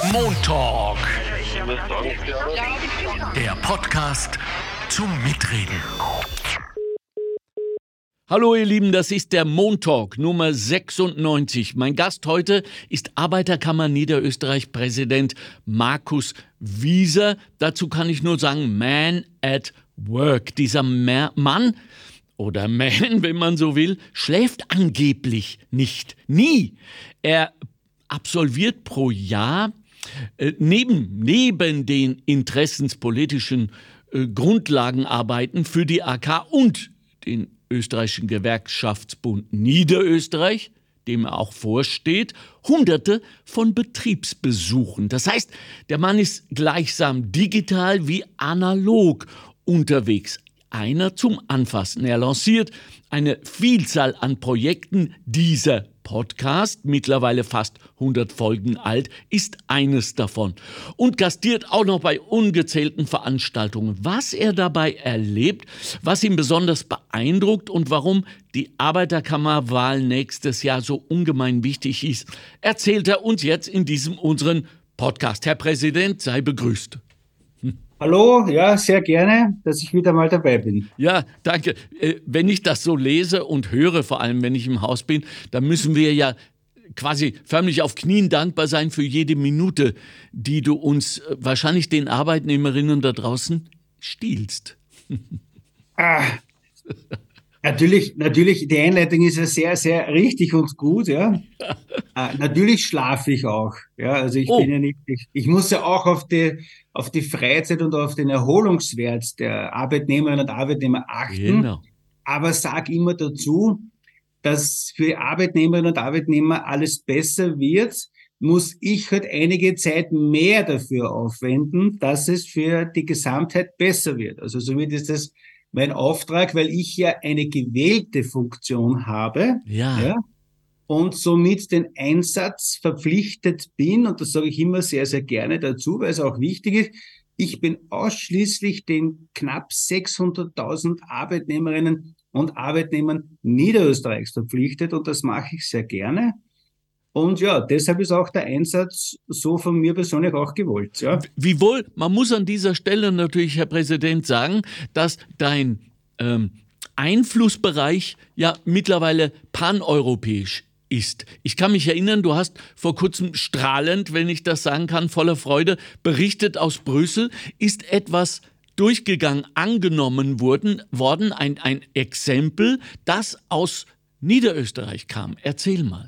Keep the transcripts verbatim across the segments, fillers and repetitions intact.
Montalk, der Podcast zum Mitreden. Hallo ihr Lieben, das ist der Montalk Nummer sechsundneunzig. Mein Gast heute ist Arbeiterkammer Niederösterreich-Präsident Markus Wieser. Dazu kann ich nur sagen, Man at Work. Dieser Ma- Mann oder Man, wenn man so will, schläft angeblich nicht. Nie. Er absolviert pro Jahr äh, neben, neben den interessenspolitischen äh, Grundlagenarbeiten für die A K und den österreichischen Gewerkschaftsbund Niederösterreich, dem er auch vorsteht, hunderte von Betriebsbesuchen. Das heißt, der Mann ist gleichsam digital wie analog unterwegs. Einer zum Anfassen. Er lanciert eine Vielzahl an Projekten. Dieser Podcast, mittlerweile fast hundert Folgen alt, ist eines davon. Und gastiert auch noch bei ungezählten Veranstaltungen. Was er dabei erlebt, was ihn besonders beeindruckt und warum die Arbeiterkammerwahl nächstes Jahr so ungemein wichtig ist, erzählt er uns jetzt in diesem unseren Podcast. Herr Präsident, sei begrüßt. Hallo, ja, sehr gerne, dass ich wieder mal dabei bin. Ja, danke. Äh, wenn ich das so lese und höre, vor allem wenn ich im Haus bin, dann müssen wir ja quasi förmlich auf Knien dankbar sein für jede Minute, die du uns, äh, wahrscheinlich den Arbeitnehmerinnen da draußen, stiehlst. Ah, natürlich, natürlich, die Einleitung ist ja sehr, sehr richtig und gut, ja. Äh, natürlich schlafe ich auch, ja, also ich Oh. bin ja nicht, ich, ich muss ja auch auf die, auf die Freizeit und auf den Erholungswert der Arbeitnehmerinnen und Arbeitnehmer achten, Genau. aber sag immer dazu, dass für die Arbeitnehmerinnen und Arbeitnehmer alles besser wird, muss ich halt einige Zeit mehr dafür aufwenden, dass es für die Gesamtheit besser wird. Also somit ist das mein Auftrag, weil ich ja eine gewählte Funktion habe, Ja. ja, und somit den Einsatz verpflichtet bin, und das sage ich immer sehr, sehr gerne dazu, weil es auch wichtig ist, ich bin ausschließlich den knapp sechshunderttausend Arbeitnehmerinnen und Arbeitnehmern Niederösterreichs verpflichtet, und das mache ich sehr gerne. Und ja, deshalb ist auch der Einsatz so von mir persönlich auch gewollt. Ja. Wiewohl, man muss an dieser Stelle natürlich, Herr Präsident, sagen, dass dein ähm, Einflussbereich ja mittlerweile paneuropäisch ist. Ich kann mich erinnern, du hast vor kurzem strahlend, wenn ich das sagen kann, voller Freude berichtet aus Brüssel, ist etwas durchgegangen, angenommen worden, worden ein, ein Exempel, das aus Niederösterreich kam. Erzähl mal.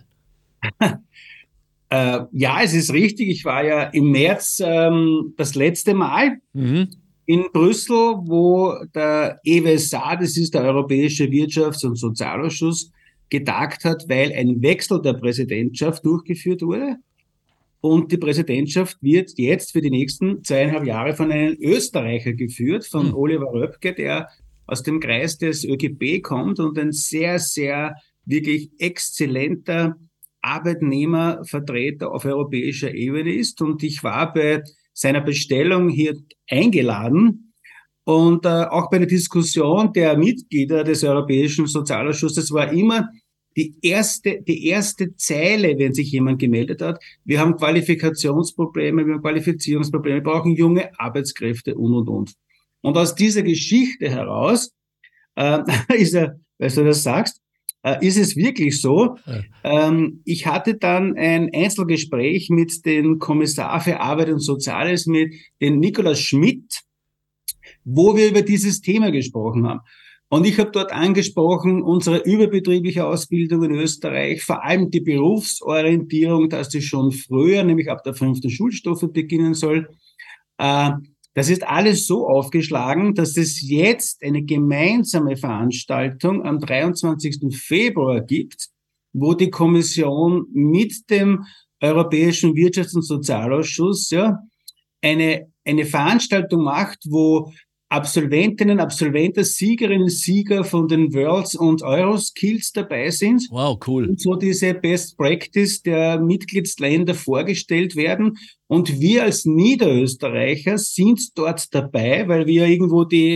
Äh, ja, es ist richtig. Ich war ja im März ähm, das letzte Mal Mhm. in Brüssel, wo der E W S A, das ist der Europäische Wirtschafts- und Sozialausschuss, getagt hat, weil ein Wechsel der Präsidentschaft durchgeführt wurde. Und die Präsidentschaft wird jetzt für die nächsten zweieinhalb Jahre von einem Österreicher geführt, von Mhm. Oliver Röpke, der aus dem Kreis des ÖGB kommt und ein sehr, sehr wirklich exzellenter Arbeitnehmervertreter auf europäischer Ebene ist. Und ich war bei seiner Bestellung hier eingeladen. Und äh, auch bei der Diskussion der Mitglieder des Europäischen Sozialausschusses war immer die erste, die erste Zeile, wenn sich jemand gemeldet hat: Wir haben Qualifikationsprobleme, wir haben Qualifizierungsprobleme, wir brauchen junge Arbeitskräfte und, und, und. Und aus dieser Geschichte heraus äh, ist er, weil du das sagst, äh, ist es wirklich so. Ja. Ähm, ich hatte dann ein Einzelgespräch mit dem Kommissar für Arbeit und Soziales, mit dem Nikolaus Schmidt, wo wir über dieses Thema gesprochen haben. Und ich habe dort angesprochen, unsere überbetriebliche Ausbildung in Österreich, vor allem die Berufsorientierung, dass die schon früher, nämlich ab der fünften Schulstufe beginnen soll. Äh, das ist alles so aufgeschlagen, dass es jetzt eine gemeinsame Veranstaltung am dreiundzwanzigsten Februar gibt, wo die Kommission mit dem Europäischen Wirtschafts- und Sozialausschuss ja eine, eine Veranstaltung macht, wo Absolventinnen, Absolventen, Siegerinnen, Sieger von den Worlds und Euroskills dabei sind. Wow, cool. Und so diese Best Practice der Mitgliedsländer vorgestellt werden. Und wir als Niederösterreicher sind dort dabei, weil wir irgendwo die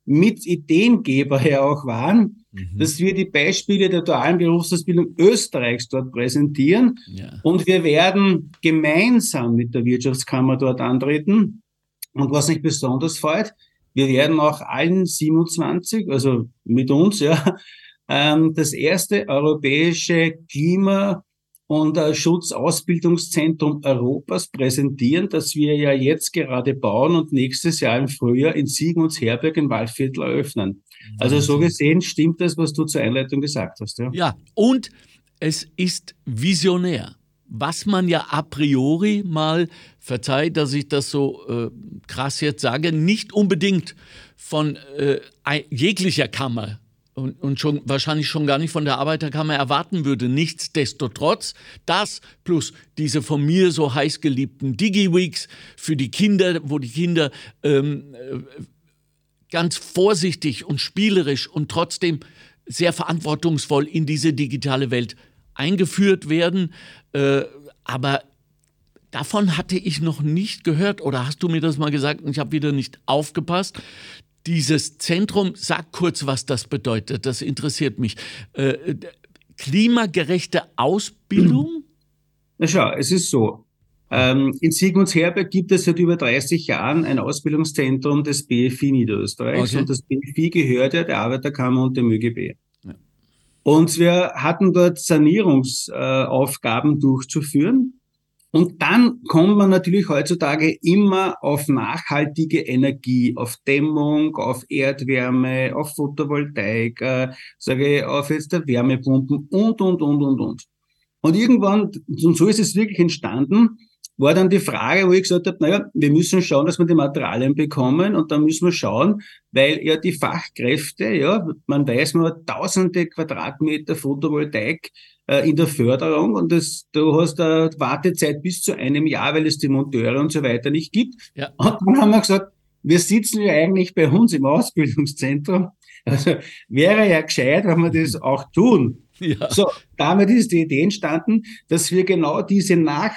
mit Ideengeber ja auch waren, mhm. dass wir die Beispiele der dualen Berufsausbildung Österreichs dort präsentieren. Ja. Und wir werden gemeinsam mit der Wirtschaftskammer dort antreten. Und was mich besonders freut, wir werden auch allen siebenundzwanzig, also mit uns, ja, ähm, das erste europäische Klima- und äh, Schutzausbildungszentrum Europas präsentieren, das wir ja jetzt gerade bauen und nächstes Jahr im Frühjahr in Siegen und Herberg im Waldviertel eröffnen. Also so gesehen stimmt das, was du zur Einleitung gesagt hast. Ja, ja, und es ist visionär. Was man ja a priori mal, verzeiht, dass ich das so äh, krass jetzt sage, nicht unbedingt von äh, jeglicher Kammer und, und schon wahrscheinlich schon gar nicht von der Arbeiterkammer erwarten würde. Nichtsdestotrotz, das plus diese von mir so heiß geliebten Digi-Weeks für die Kinder, wo die Kinder ähm, ganz vorsichtig und spielerisch und trotzdem sehr verantwortungsvoll in diese digitale Welt eingeführt werden, äh, aber davon hatte ich noch nicht gehört, oder hast du mir das mal gesagt und ich habe wieder nicht aufgepasst. Dieses Zentrum, sag kurz, was das bedeutet, das interessiert mich. Äh, klimagerechte Ausbildung? Na schau, es ist so, ähm, in Siegen und Herberg gibt es seit über dreißig Jahren ein Ausbildungszentrum des B F I Niederösterreichs, okay. Und das B F I gehört ja der Arbeiterkammer und dem ÖGB. Und wir hatten dort Sanierungsaufgaben äh, durchzuführen. Und dann kommt man natürlich heutzutage immer auf nachhaltige Energie, auf Dämmung, auf Erdwärme, auf Photovoltaik, äh, sage ich, auf jetzt der Wärmepumpen und, und, und, und, und. Und irgendwann, und so ist es wirklich entstanden, war dann die Frage, wo ich gesagt habe, naja, wir müssen schauen, dass wir die Materialien bekommen und dann müssen wir schauen, weil ja die Fachkräfte, ja, man weiß, man hat tausende Quadratmeter Photovoltaik äh, in der Förderung und das, du hast eine Wartezeit bis zu einem Jahr, weil es die Monteure und so weiter nicht gibt. Ja. Und dann haben wir gesagt, wir sitzen ja eigentlich bei uns im Ausbildungszentrum, also wäre ja gescheit, wenn wir das auch tun. Ja. So, damit ist die Idee entstanden, dass wir genau diese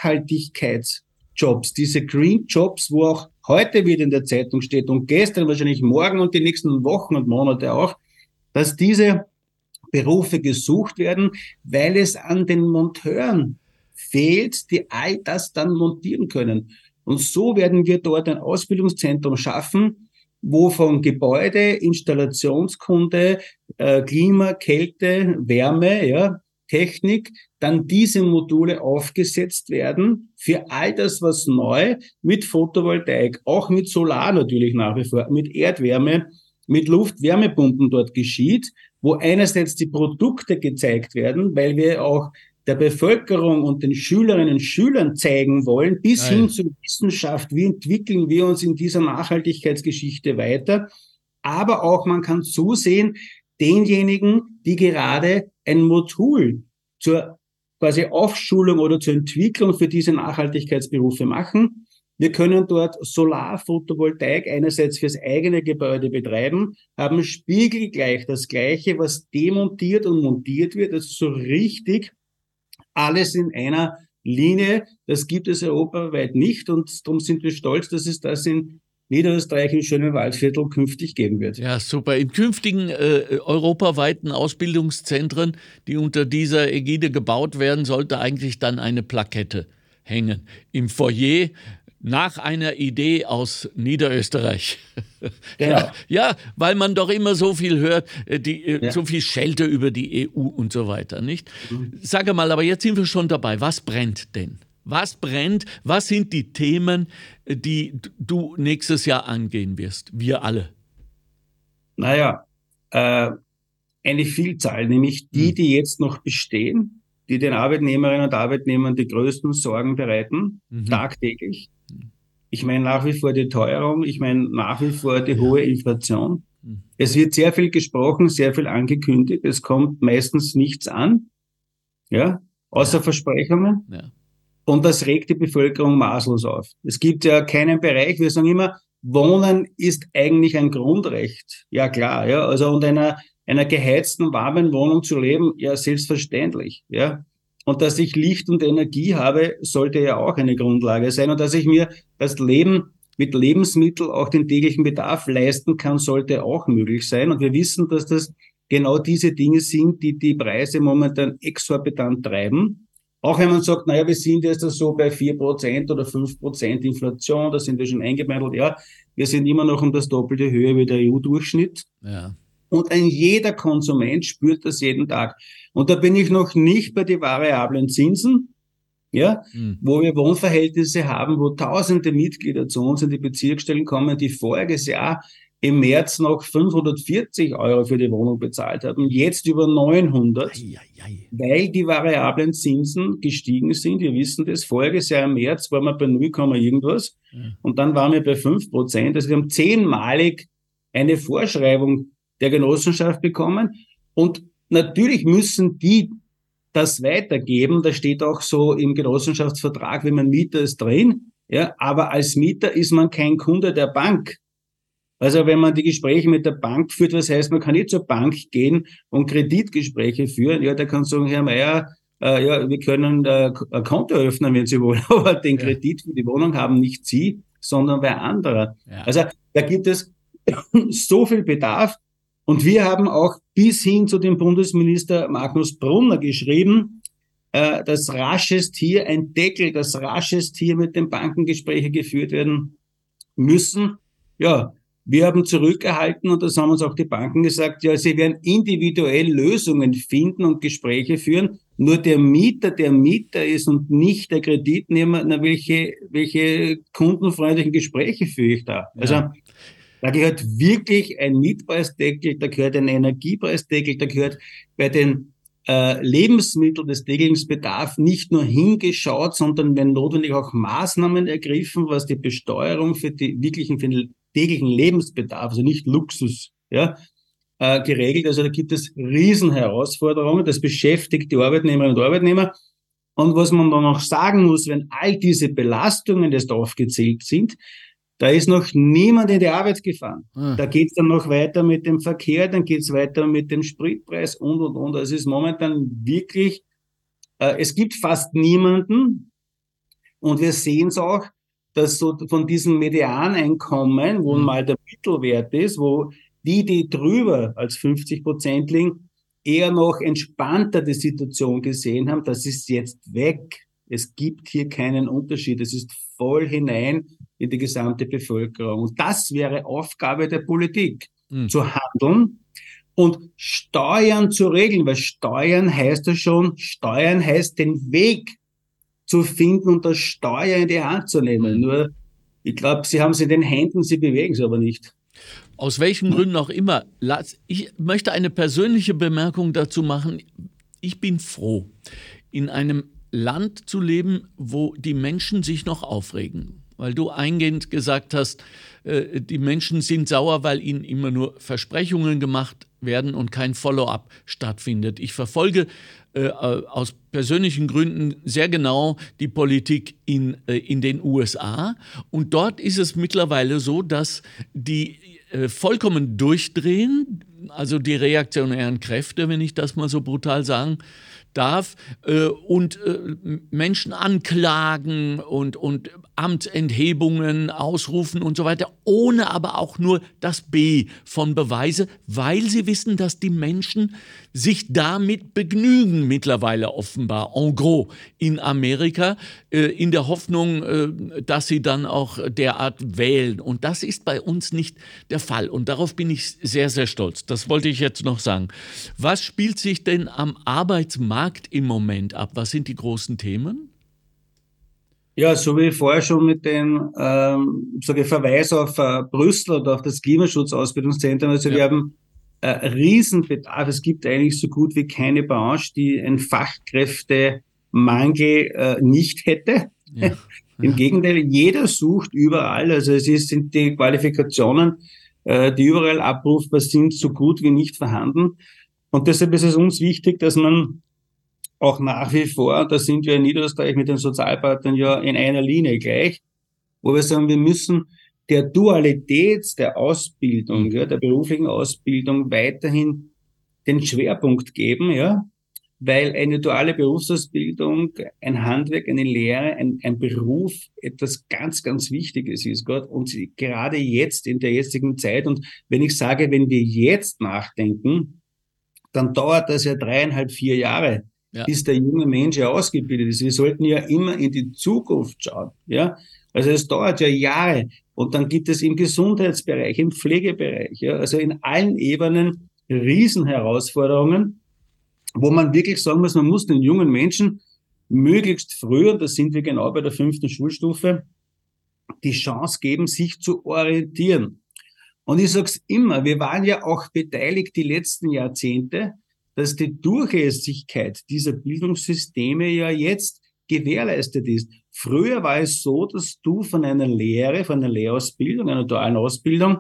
Nachhaltigkeitsjobs, diese Green Jobs, wo auch heute wieder in der Zeitung steht und gestern wahrscheinlich morgen und die nächsten Wochen und Monate auch, dass diese Berufe gesucht werden, weil es an den Monteuren fehlt, die all das dann montieren können. Und so werden wir dort ein Ausbildungszentrum schaffen, wo von Gebäude, Installationskunde, äh, Klima, Kälte, Wärme, ja, Technik, dann diese Module aufgesetzt werden für all das, was neu mit Photovoltaik, auch mit Solar natürlich nach wie vor, mit Erdwärme, mit Luftwärmepumpen dort geschieht, wo einerseits die Produkte gezeigt werden, weil wir auch der Bevölkerung und den Schülerinnen und Schülern zeigen wollen, bis Nein. hin zur Wissenschaft, wie entwickeln wir uns in dieser Nachhaltigkeitsgeschichte weiter. Aber auch man kann zusehen, denjenigen, die gerade ein Modul zur quasi Aufschulung oder zur Entwicklung für diese Nachhaltigkeitsberufe machen. Wir können dort Solar-Photovoltaik einerseits fürs eigene Gebäude betreiben, haben spiegelgleich das Gleiche, was demontiert und montiert wird, also so richtig alles in einer Linie. Das gibt es europaweit nicht und darum sind wir stolz, dass es das in Niederösterreich im schönen Waldviertel künftig geben wird. Ja, super. In künftigen äh, europaweiten Ausbildungszentren, die unter dieser Ägide gebaut werden, sollte eigentlich dann eine Plakette hängen. Im Foyer nach einer Idee aus Niederösterreich. Genau. Ja, ja, weil man doch immer so viel hört, die, ja. so viel Schelte über die E U und so weiter, nicht? Mhm. Sage mal, aber jetzt sind wir schon dabei. Was brennt denn? Was brennt? Was sind die Themen, die du nächstes Jahr angehen wirst? Wir alle. Naja, äh, eine Vielzahl, nämlich die, hm. die jetzt noch bestehen, die den Arbeitnehmerinnen und Arbeitnehmern die größten Sorgen bereiten, mhm. tagtäglich. Ich meine nach wie vor die Teuerung, ich meine nach wie vor die hohe Inflation. Mhm. Es wird sehr viel gesprochen, sehr viel angekündigt, es kommt meistens nichts an, ja, außer ja. Versprechungen. Ja. Und das regt die Bevölkerung maßlos auf. Es gibt ja keinen Bereich, wir sagen immer, Wohnen ist eigentlich ein Grundrecht. Ja klar, ja, also und einer einer geheizten, warmen Wohnung zu leben, ja selbstverständlich, ja. Und dass ich Licht und Energie habe, sollte ja auch eine Grundlage sein und dass ich mir das Leben mit Lebensmitteln auch den täglichen Bedarf leisten kann, sollte auch möglich sein. Und wir wissen, dass das genau diese Dinge sind, die die Preise momentan exorbitant treiben. Auch wenn man sagt, naja, wir sind jetzt so bei vier Prozent oder fünf Prozent Inflation, da sind wir schon eingebandelt. Ja, wir sind immer noch um das doppelte Höhe wie der E U-Durchschnitt. Ja. Und ein jeder Konsument spürt das jeden Tag. Und da bin ich noch nicht bei den variablen Zinsen, ja, hm. wo wir Wohnverhältnisse haben, wo tausende Mitglieder zu uns in die Bezirksstellen kommen, die voriges Jahr im März noch fünfhundertvierzig Euro für die Wohnung bezahlt haben, jetzt über neunhundert, ei, ei, ei. Weil die variablen Zinsen gestiegen sind. Wir wissen das, voriges Jahr im März waren wir bei null, irgendwas ja. Und dann waren wir bei fünf Prozent. Also wir haben zehnmalig eine Vorschreibung der Genossenschaft bekommen. Und natürlich müssen die das weitergeben. Da steht auch so im Genossenschaftsvertrag, wenn man Mieter ist drin. Ja, aber als Mieter ist man kein Kunde der Bank. Also wenn man die Gespräche mit der Bank führt, was heißt, man kann nicht zur Bank gehen und Kreditgespräche führen. Ja, der kann sagen, Herr Meier, äh, ja, wir können äh, ein Konto öffnen, wenn Sie wollen, aber den ja. Kredit für die Wohnung haben nicht Sie, sondern wer anderer. Ja. Also da gibt es so viel Bedarf. Und wir haben auch bis hin zu dem Bundesminister Magnus Brunner geschrieben, äh, dass raschest hier ein Deckel, dass raschest hier mit den Banken Gespräche geführt werden müssen. Ja, wir haben zurückgehalten und das haben uns auch die Banken gesagt, ja, sie werden individuell Lösungen finden und Gespräche führen. Nur der Mieter, der Mieter ist und nicht der Kreditnehmer, na, welche, welche kundenfreundlichen Gespräche führe ich da? Ja. Also, da gehört wirklich ein Mietpreisdeckel, da gehört ein Energiepreisdeckel, da gehört bei den äh, Lebensmitteln des täglichen Bedarfs nicht nur hingeschaut, sondern wenn notwendig auch Maßnahmen ergriffen, was die Besteuerung für die wirklichen, für den täglichen Lebensbedarf, also nicht Luxus, ja, äh, geregelt. Also da gibt es Riesenherausforderungen, das beschäftigt die Arbeitnehmerinnen und Arbeitnehmer. Und was man dann noch sagen muss, wenn all diese Belastungen jetzt aufgezählt sind, da ist noch niemand in die Arbeit gefahren. Ah. Da geht's dann noch weiter mit dem Verkehr, dann geht's weiter mit dem Spritpreis und, und, und. Es ist momentan wirklich, äh, es gibt fast niemanden. Und wir sehen es auch, dass so von diesem Medianeinkommen, wo mhm. mal der Mittelwert ist, wo die, die drüber als fünfzig Prozent liegen, eher noch entspannter die Situation gesehen haben. Das ist jetzt weg. Es gibt hier keinen Unterschied. Es ist voll hinein in die gesamte Bevölkerung. Und das wäre Aufgabe der Politik, mhm. zu handeln und Steuern zu regeln, weil Steuern heißt ja schon, Steuern heißt den Weg zu finden und das Steuer in die Hand zu nehmen. Mhm. Nur, ich glaube, sie haben es in den Händen, sie bewegen es aber nicht. Aus welchen Gründen auch immer. Ich möchte eine persönliche Bemerkung dazu machen. Ich bin froh, in einem Land zu leben, wo die Menschen sich noch aufregen. Weil du eingehend gesagt hast, äh, die Menschen sind sauer, weil ihnen immer nur Versprechungen gemacht werden und kein Follow-up stattfindet. Ich verfolge äh, aus persönlichen Gründen sehr genau die Politik in, äh, in den U S A. Und dort ist es mittlerweile so, dass die äh, vollkommen durchdrehen, also die reaktionären Kräfte, wenn ich das mal so brutal sagen darf, äh, und äh, Menschen anklagen und, und Amtsenthebungen ausrufen und so weiter, ohne aber auch nur das B von Beweise, weil sie wissen, dass die Menschen sich damit begnügen, mittlerweile offenbar, en gros, in Amerika, äh, in der Hoffnung, äh, dass sie dann auch derart wählen. Und das ist bei uns nicht der Fall. Und darauf bin ich sehr, sehr stolz. Das wollte ich jetzt noch sagen. Was spielt sich denn am Arbeitsmarkt im Moment ab? Was sind die großen Themen? Ja, so wie vorher schon mit dem ähm, sage ich, Verweis auf äh, Brüssel oder auf das Klimaschutzausbildungszentrum. Also ja. wir haben äh, Riesenbedarf. Es gibt eigentlich so gut wie keine Branche, die einen Fachkräftemangel äh, nicht hätte. Ja. Im ja. Gegenteil, jeder sucht überall. Also es ist, sind die Qualifikationen, äh, die überall abrufbar sind, so gut wie nicht vorhanden. Und deshalb ist es uns wichtig, dass man auch nach wie vor, da sind wir in Niederösterreich mit den Sozialpartnern ja in einer Linie gleich, wo wir sagen, wir müssen der Dualität der Ausbildung, ja, der beruflichen Ausbildung weiterhin den Schwerpunkt geben, ja, weil eine duale Berufsausbildung, ein Handwerk, eine Lehre, ein, ein Beruf etwas ganz, ganz Wichtiges ist, Gott. Und gerade jetzt, in der jetzigen Zeit, und wenn ich sage, wenn wir jetzt nachdenken, dann dauert das ja dreieinhalb, vier Jahre, ja, bis der junge Mensch ja ausgebildet ist. Wir sollten ja immer in die Zukunft schauen, ja. Also es dauert ja Jahre. Und dann gibt es im Gesundheitsbereich, im Pflegebereich, ja, also in allen Ebenen Riesenherausforderungen, wo man wirklich sagen muss, man muss den jungen Menschen möglichst früh, und da sind wir genau bei der fünften Schulstufe, die Chance geben, sich zu orientieren. Und ich sage es immer, wir waren ja auch beteiligt die letzten Jahrzehnte, dass die Durchlässigkeit dieser Bildungssysteme ja jetzt gewährleistet ist. Früher war es so, dass du von einer Lehre, von einer Lehrausbildung, einer dualen Ausbildung,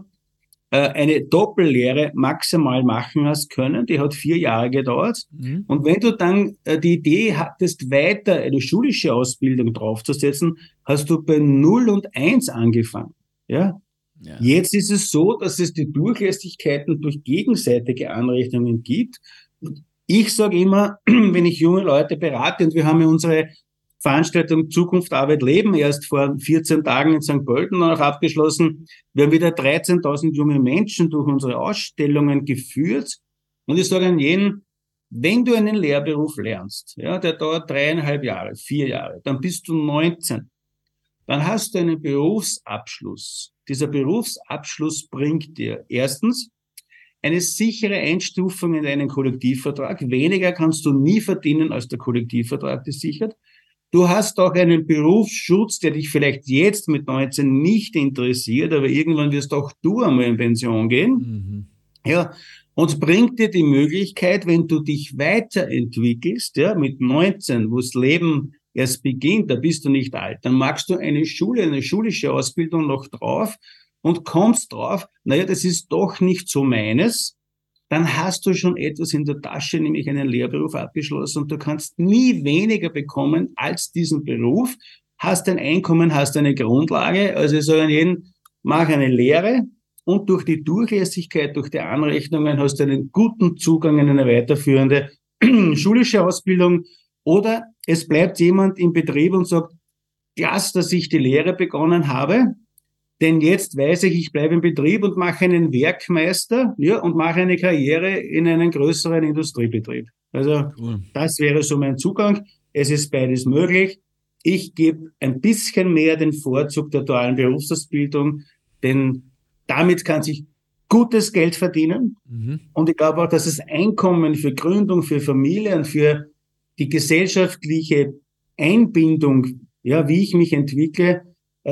eine Doppellehre maximal machen hast können. Die hat vier Jahre gedauert. Mhm. Und wenn du dann die Idee hattest, weiter eine schulische Ausbildung draufzusetzen, hast du bei null und eins angefangen. Ja? Ja. Jetzt ist es so, dass es die Durchlässigkeiten durch gegenseitige Anrechnungen gibt. Und ich sage immer, wenn ich junge Leute berate, und wir haben ja unsere Veranstaltung Zukunft, Arbeit, Leben erst vor vierzehn Tagen in Sankt Pölten noch abgeschlossen. Wir haben wieder dreizehntausend junge Menschen durch unsere Ausstellungen geführt. Und ich sage an jeden, wenn du einen Lehrberuf lernst, ja, der dauert dreieinhalb Jahre, vier Jahre, dann bist du neunzehn. Dann hast du einen Berufsabschluss. Dieser Berufsabschluss bringt dir erstens eine sichere Einstufung in deinen Kollektivvertrag. Weniger kannst du nie verdienen, als der Kollektivvertrag das sichert. Du hast auch einen Berufsschutz, der dich vielleicht jetzt mit neunzehn nicht interessiert, aber irgendwann wirst auch du einmal in Pension gehen. Mhm. Ja, und bringt dir die Möglichkeit, wenn du dich weiterentwickelst, ja, mit neunzehn, wo das Leben erst beginnt, da bist du nicht alt, dann machst du eine Schule, eine schulische Ausbildung noch drauf und kommst drauf, naja, das ist doch nicht so meines. Dann hast du schon etwas in der Tasche, nämlich einen Lehrberuf abgeschlossen, und du kannst nie weniger bekommen als diesen Beruf, hast ein Einkommen, hast eine Grundlage. Also ich sage an jeden, mach eine Lehre, und durch die Durchlässigkeit, durch die Anrechnungen hast du einen guten Zugang in eine weiterführende schulische Ausbildung, oder es bleibt jemand im Betrieb und sagt, klasse, dass ich die Lehre begonnen habe, denn jetzt weiß ich, ich bleibe im Betrieb und mache einen Werkmeister, ja, und mache eine Karriere in einen größeren Industriebetrieb. Also cool. Das wäre so mein Zugang. Es ist beides möglich. Ich gebe ein bisschen mehr den Vorzug der dualen Berufsausbildung, denn damit kann sich gutes Geld verdienen. Mhm. Und ich glaube auch, dass das Einkommen für Gründung, für Familien, für die gesellschaftliche Einbindung, ja, wie ich mich entwickle,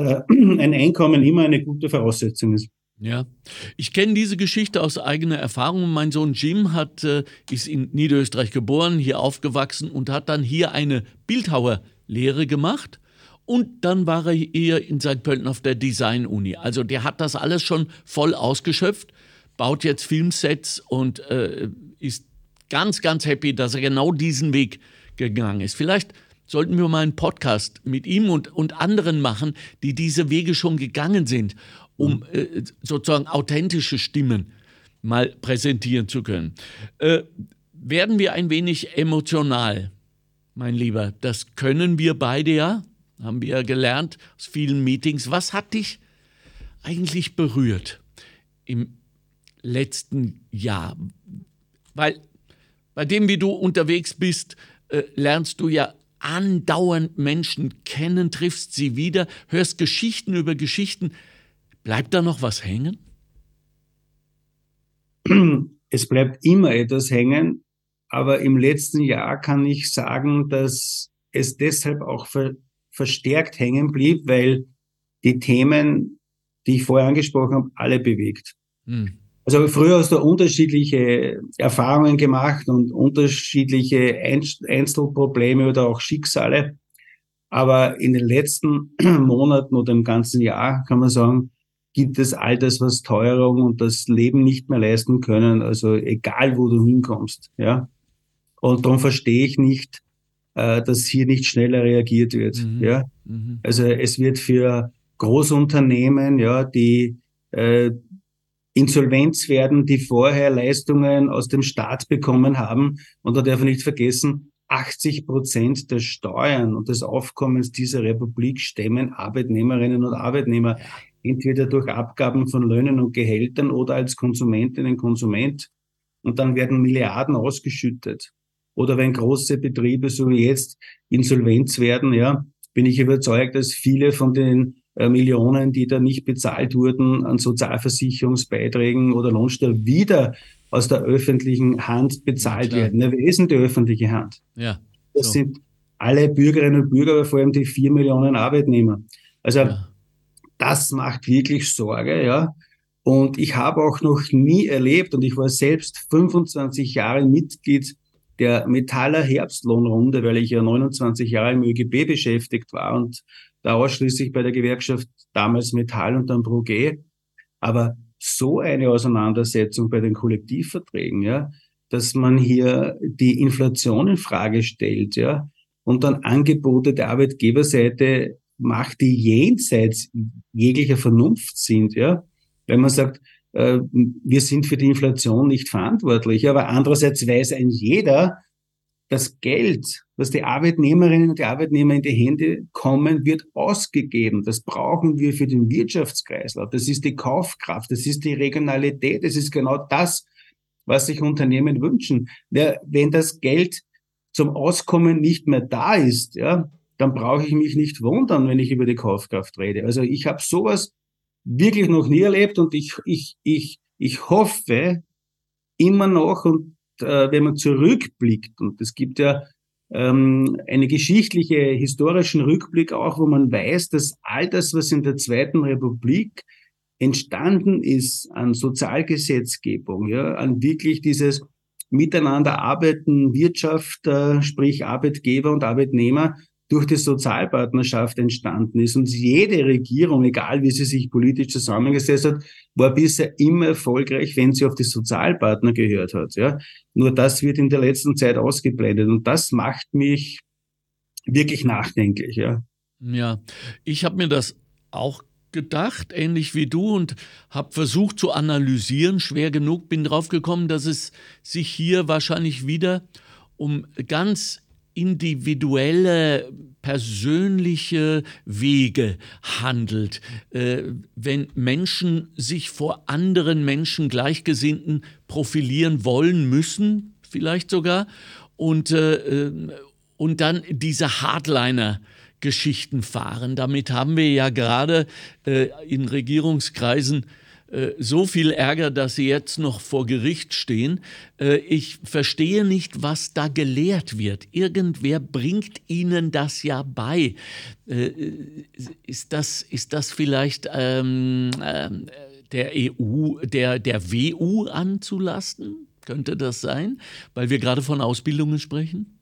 ein Einkommen immer eine gute Voraussetzung ist. Ja, ich kenne diese Geschichte aus eigener Erfahrung. Mein Sohn Jim hat, äh, ist in Niederösterreich geboren, hier aufgewachsen und hat dann hier eine Bildhauerlehre gemacht. Und dann war er eher in Sankt Pölten auf der Design-Uni. Also der hat das alles schon voll ausgeschöpft, baut jetzt Filmsets und äh, ist ganz, ganz happy, dass er genau diesen Weg gegangen ist. Vielleicht sollten wir mal einen Podcast mit ihm und, und anderen machen, die diese Wege schon gegangen sind, um äh, sozusagen authentische Stimmen mal präsentieren zu können. Äh, werden wir ein wenig emotional, mein Lieber? Das können wir beide ja, haben wir ja gelernt aus vielen Meetings. Was hat dich eigentlich berührt im letzten Jahr? Weil bei dem, wie du unterwegs bist, äh, lernst du ja andauernd Menschen kennen, triffst sie wieder, hörst Geschichten über Geschichten. Bleibt da noch was hängen? Es bleibt immer etwas hängen, aber im letzten Jahr kann ich sagen, dass es deshalb auch ver- verstärkt hängen blieb, weil die Themen, die ich vorher angesprochen habe, alle bewegt. Hm. Also früher hast du unterschiedliche Erfahrungen gemacht und unterschiedliche Einzelprobleme oder auch Schicksale. Aber in den letzten Monaten oder im ganzen Jahr, kann man sagen, gibt es all das, was Teuerung und das Leben nicht mehr leisten können. Also egal, wo du hinkommst. Ja. Und darum verstehe ich nicht, äh, dass hier nicht schneller reagiert wird. Mhm. Ja. Mhm. Also es wird für Großunternehmen, ja, die äh, Insolvenz werden, die vorher Leistungen aus dem Staat bekommen haben. Und da darf man nicht vergessen, achtzig Prozent der Steuern und des Aufkommens dieser Republik stemmen Arbeitnehmerinnen und Arbeitnehmer, Ja. entweder durch Abgaben von Löhnen und Gehältern oder als Konsumentinnen und Konsument. Und dann werden Milliarden ausgeschüttet. Oder wenn große Betriebe, so wie jetzt, Insolvenz werden, ja, bin ich überzeugt, dass viele von den äh, Millionen, die da nicht bezahlt wurden, an Sozialversicherungsbeiträgen oder Lohnsteuer wieder aus der öffentlichen Hand bezahlt Ja, werden. Na, wer ist denn die öffentliche Hand? Ja, Das so. sind alle Bürgerinnen und Bürger, aber vor allem die vier Millionen Arbeitnehmer. Also Ja. das macht wirklich Sorge, ja. Und ich habe auch noch nie erlebt, und ich war selbst fünfundzwanzig Jahre Mitglied der Metaller Herbstlohnrunde, weil ich ja neunundzwanzig Jahre im ÖGB beschäftigt war und da ausschließlich bei der Gewerkschaft damals Metall und dann Pro G. Aber so eine Auseinandersetzung bei den Kollektivverträgen, ja, dass man hier die Inflation in Frage stellt, ja, und dann Angebote der Arbeitgeberseite macht, die jenseits jeglicher Vernunft sind, ja, wenn man sagt, äh, wir sind für die Inflation nicht verantwortlich, aber andererseits weiß ein jeder, das Geld, was die Arbeitnehmerinnen und die Arbeitnehmer in die Hände kommen, wird ausgegeben. Das brauchen wir für den Wirtschaftskreislauf. Das ist die Kaufkraft, das ist die Regionalität, das ist genau das, was sich Unternehmen wünschen. Ja, wenn das Geld zum Auskommen nicht mehr da ist, ja, dann brauche ich mich nicht wundern, wenn ich über die Kaufkraft rede. Also ich habe sowas wirklich noch nie erlebt und ich, ich, ich, ich hoffe immer noch, und äh, wenn man zurückblickt, und es gibt ja ähm, eine geschichtliche, historischen Rückblick auch, wo man weiß, dass all das, was in der Zweiten Republik entstanden ist an Sozialgesetzgebung, ja, an wirklich dieses Miteinander arbeiten, Wirtschaft, äh, sprich Arbeitgeber und Arbeitnehmer, durch die Sozialpartnerschaft entstanden ist. Und jede Regierung, egal wie sie sich politisch zusammengesetzt hat, war bisher immer erfolgreich, wenn sie auf die Sozialpartner gehört hat. Ja. Nur das wird in der letzten Zeit ausgeblendet. Und das macht mich wirklich nachdenklich. Ja, Ja, ich habe mir das auch gedacht, ähnlich wie du, und habe versucht zu analysieren, schwer genug, bin drauf gekommen, dass es sich hier wahrscheinlich wieder um ganz individuelle, persönliche Wege handelt. Äh, wenn Menschen sich vor anderen Menschen, Gleichgesinnten profilieren wollen, müssen, vielleicht sogar, und, äh, und dann diese Hardliner Geschichten fahren. Damit haben wir ja gerade äh, in Regierungskreisen äh, so viel Ärger, dass sie jetzt noch vor Gericht stehen. Äh, ich verstehe nicht, was da gelehrt wird. Irgendwer bringt ihnen das ja bei. Äh, ist das, ist das vielleicht ähm, äh, der E U, der, der W U anzulasten? Könnte das sein? Weil wir gerade von Ausbildungen sprechen?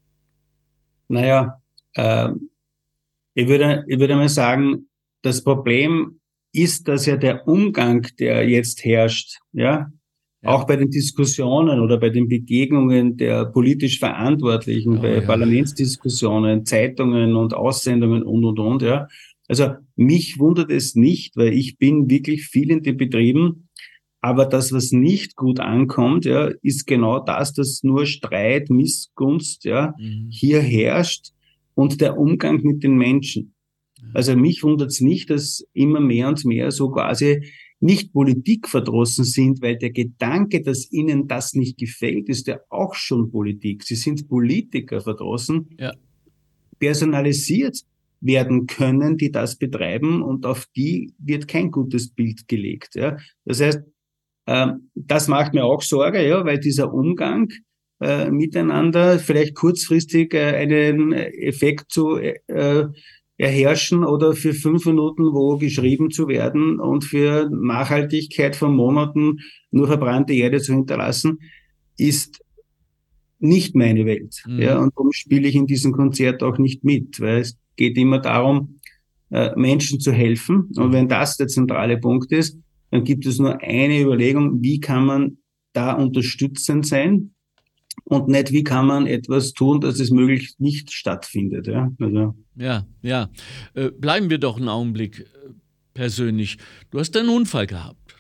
naja, äh, ich würde, ich würde mal sagen, das Problem ist, dass ja der Umgang, der jetzt herrscht, ja, Ja. auch bei den Diskussionen oder bei den Begegnungen der politisch Verantwortlichen, Oh, bei ja. Parlamentsdiskussionen, Zeitungen und Aussendungen und, und, und, ja. Also mich wundert es nicht, weil ich bin wirklich viel in den Betrieben. Aber das, was nicht gut ankommt, ja, ist genau das, dass nur Streit, Missgunst, ja, Mhm. hier herrscht und der Umgang mit den Menschen. Also mich wundert es nicht, dass immer mehr und mehr so quasi nicht politikverdrossen sind, weil der Gedanke, dass ihnen das nicht gefällt, ist ja auch schon Politik. Sie sind Politiker verdrossen, Ja. personalisiert werden können, die das betreiben, und auf die wird kein gutes Bild gelegt. Ja. Das heißt, ähm, das macht mir auch Sorge, ja, weil dieser Umgang äh, miteinander vielleicht kurzfristig äh, einen Effekt zu äh, erherrschen oder für fünf Minuten wo geschrieben zu werden und für Nachhaltigkeit von Monaten nur verbrannte Erde zu hinterlassen, ist nicht meine Welt. Mhm. Ja, und darum spiele ich in diesem Konzert auch nicht mit, weil es geht immer darum, äh, Menschen zu helfen. Und wenn das der zentrale Punkt ist, dann gibt es nur eine Überlegung, wie kann man da unterstützend sein und nicht, wie kann man etwas tun, dass es möglichst nicht stattfindet. Ja, also. Ja, ja. Äh, bleiben wir doch einen Augenblick äh, persönlich. Du hast einen Unfall gehabt.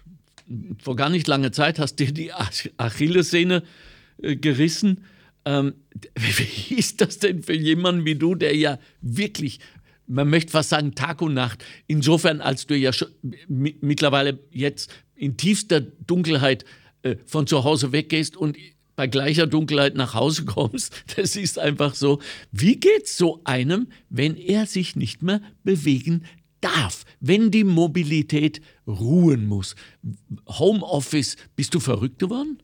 vor gar nicht langer Zeit hast dir die Achillessehne äh, gerissen. Ähm, wie ist das denn für jemanden wie du, der ja wirklich, man möchte fast sagen, Tag und Nacht, insofern, als du ja schon mi- mittlerweile jetzt in tiefster Dunkelheit äh, von zu Hause weggehst und bei gleicher Dunkelheit nach Hause kommst, das ist einfach so. Wie geht's so einem, wenn er sich nicht mehr bewegen darf, wenn die Mobilität ruhen muss? Homeoffice, bist du verrückt geworden?